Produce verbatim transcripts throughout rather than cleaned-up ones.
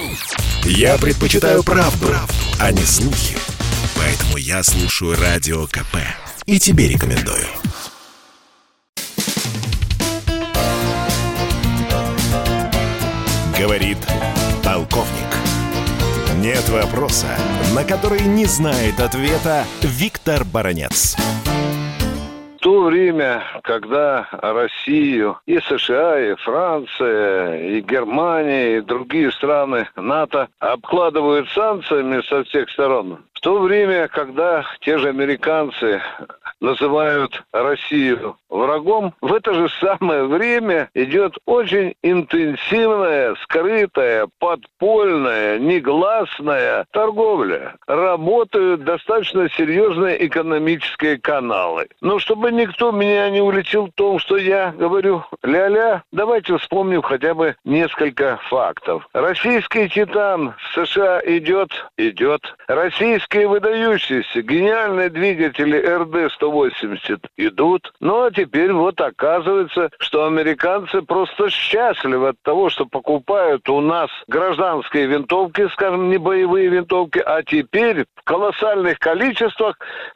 Я предпочитаю правду, правду, а не слухи. Поэтому я слушаю Радио КП. И тебе рекомендую. Говорит полковник. Нет вопроса, на который не знает ответа Виктор Баранец. В то время, когда Россию и США, и Франция, и Германия, и другие страны НАТО обкладывают санкциями со всех сторон, в то время, когда те же американцы называют Россию врагом, в это же самое время идет очень интенсивная, скрытая, подпольная, негласная торговля. Работают достаточно серьезные экономические каналы. Но чтобы никто меня не уличил в том, что я говорю ля-ля, давайте вспомним хотя бы несколько фактов. Российский «Титан» в США идет, идет. Российские выдающиеся гениальные двигатели эр дэ сто восемьдесят идут. Ну а теперь вот оказывается, что американцы просто счастливы от того, что покупают у нас гражданские винтовки, скажем, не боевые винтовки, а теперь в колоссальных количествах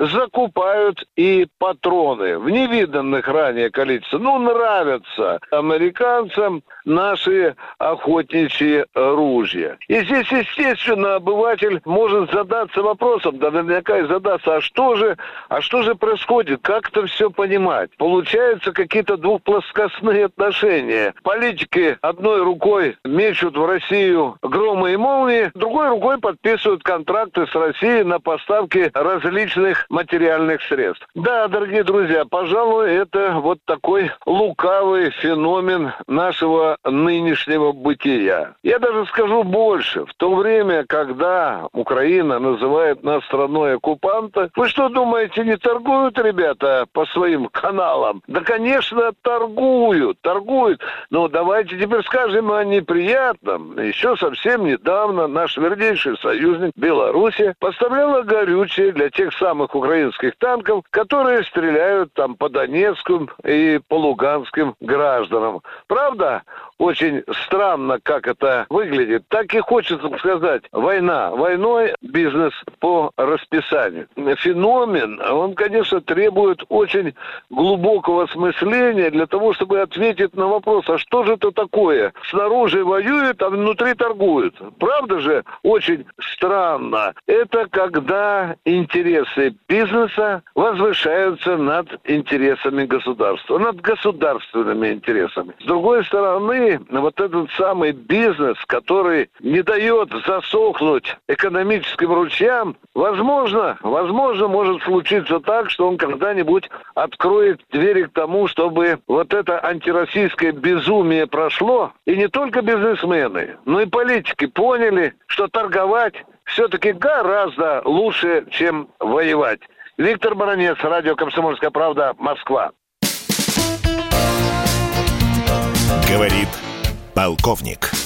закупают и патроны в невиданных ранее количествах. Ну, нравятся американцам наши охотничьи ружья. И здесь, естественно, обыватель может задаться вопросом, да наверняка и задаться, а что же, а что же происходит, как это все понимать? Получаются какие-то двухплоскостные отношения. Политики одной рукой мечут в Россию громы и молнии, другой рукой подписывают контракты с Россией на поставки различных материальных средств. Да, дорогие друзья, пожалуй, это вот такой лукавый феномен нашего нынешнего бытия. Я даже скажу больше. В то время, когда Украина называет нас страной оккупанта, вы что думаете, не торгуют ребята по своим каналам? Да, конечно, торгуют, торгуют. Но давайте теперь скажем о неприятном. Еще совсем недавно наш вернейший союзник Белоруссия поставляла горючее для тех самых украинских танков, которые стреляют там по Донецким и по Луганским гражданам. Правда? Очень странно, как это выглядит. Так и хочется сказать. Война. Войной бизнес по расписанию. Феномен, он, конечно, требует очень глубокого осмысления для того, чтобы ответить на вопрос, а что же это такое? Снаружи воюют, а внутри торгуют. Правда же? Очень странно. Это когда интересы бизнеса возвышаются над интересами государства, над государственными интересами. С другой стороны, вот этот самый бизнес, который не дает засохнуть экономическим ручьям, возможно, возможно, может случиться так, что он когда-нибудь откроет двери к тому, чтобы вот это антироссийское безумие прошло, и не только бизнесмены, но и политики поняли, что торговать все-таки гораздо лучше, чем воевать. Виктор Баранец, радио «Комсомольская правда», Москва. Говорит полковник.